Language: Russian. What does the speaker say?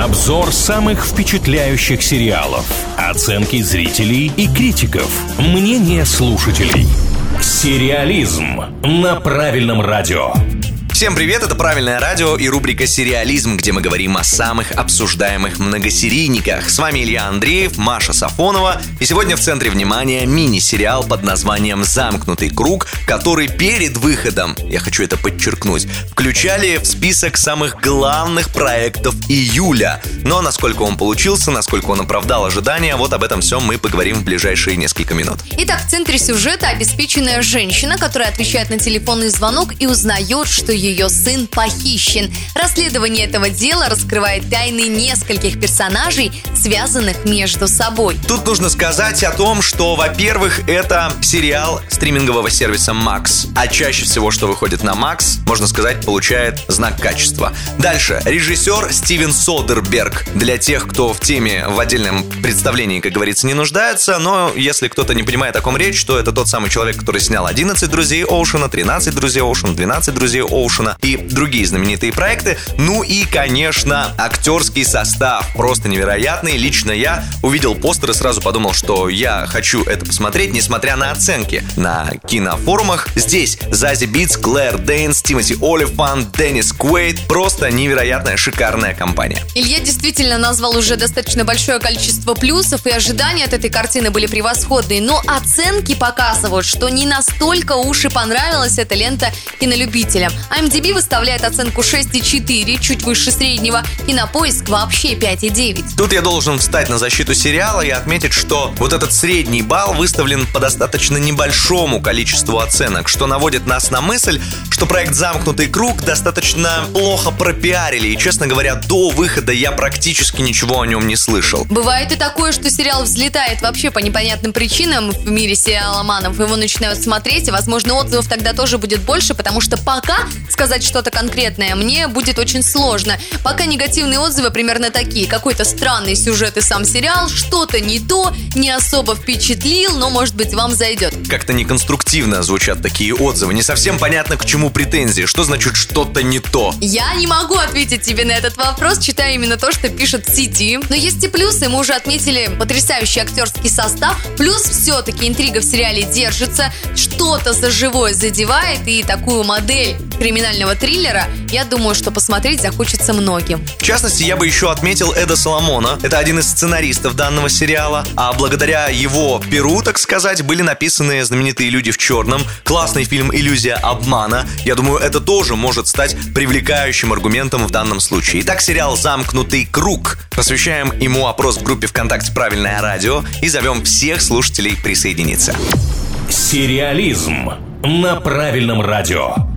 Обзор самых впечатляющих сериалов. Оценки зрителей и критиков. Мнение слушателей. Сериализм на правильном радио. Всем привет, это «Правильное радио» и рубрика «Сериализм», где мы говорим о самых обсуждаемых многосерийниках. С вами Илья Андреев, Маша Сафонова. И сегодня в центре внимания мини-сериал под названием «Замкнутый круг», который перед выходом, я хочу это подчеркнуть, включали в список самых главных проектов июля. Но насколько он получился, насколько он оправдал ожидания, вот об этом всем мы поговорим в ближайшие несколько минут. Итак, в центре сюжета обеспеченная женщина, которая отвечает на телефонный звонок и узнает, что ее сын похищен. Расследование этого дела раскрывает тайны нескольких персонажей, связанных между собой. Тут нужно сказать о том, что, во-первых, это сериал стримингового сервиса Max. А чаще всего, что выходит на Max, можно сказать, получает знак качества. Дальше. Режиссер Стивен Содерберг. Для тех, кто в теме, в отдельном представлении, как говорится, не нуждается, но если кто-то не понимает, о ком речь, то это тот самый человек, который снял 11 друзей Оушена, 13 друзей Оушена, 12 друзей Оушена и другие знаменитые проекты. Ну и, конечно, актерский состав просто невероятный. Лично я увидел постер и сразу подумал, что я хочу это посмотреть, несмотря на оценки на кинофорумах. Здесь Зази Битц, Клэр Дейнс, Тимоти Олифант, Деннис Куэйд. Просто невероятная, шикарная компания. Илья действительно назвал уже достаточно большое количество плюсов, и ожидания от этой картины были превосходные. Но оценки показывают, что не настолько уж и понравилась эта лента кинолюбителям. IMDb выставляет оценку 6,4, чуть выше среднего, и на поиск вообще 5,9. Тут я должен встать на защиту сериала и отметить, что вот этот средний балл выставлен по достаточно небольшому количеству оценок, что наводит нас на мысль, что проект «Замкнутый круг» достаточно плохо пропиарили, и, честно говоря, до выхода я практически ничего о нем не слышал. Бывает и такое, что сериал взлетает вообще по непонятным причинам в мире сериаломанов, его начинают смотреть, и, возможно, отзывов тогда тоже будет больше, потому что пока сказать что-то конкретное мне будет очень сложно. Пока негативные отзывы примерно такие: какой-то странный сюжет и сам сериал, что-то не то, не особо впечатлил, но, может быть, вам зайдет. Как-то неконструктивно звучат такие отзывы. Не совсем понятно, к чему претензии. Что значит что-то не то? Я не могу ответить тебе на этот вопрос, читаю именно то, что пишут в сети. Но есть и плюсы. Мы уже отметили потрясающий актерский состав. Плюс все-таки интрига в сериале держится, что-то за живое задевает, и такую модель криминального триллера, я думаю, что посмотреть захочется многим. В частности, я бы еще отметил Эда Соломона. Это один из сценаристов данного сериала. А благодаря его перу, так сказать, были написаны «Знаменитые люди в черном», классный фильм «Иллюзия обмана». Я думаю, это тоже может стать привлекающим аргументом в данном случае. Итак, сериал «Замкнутый круг». Посвящаем ему опрос в группе ВКонтакте «Правильное радио» и зовем всех слушателей присоединиться. Сериализм на правильном радио.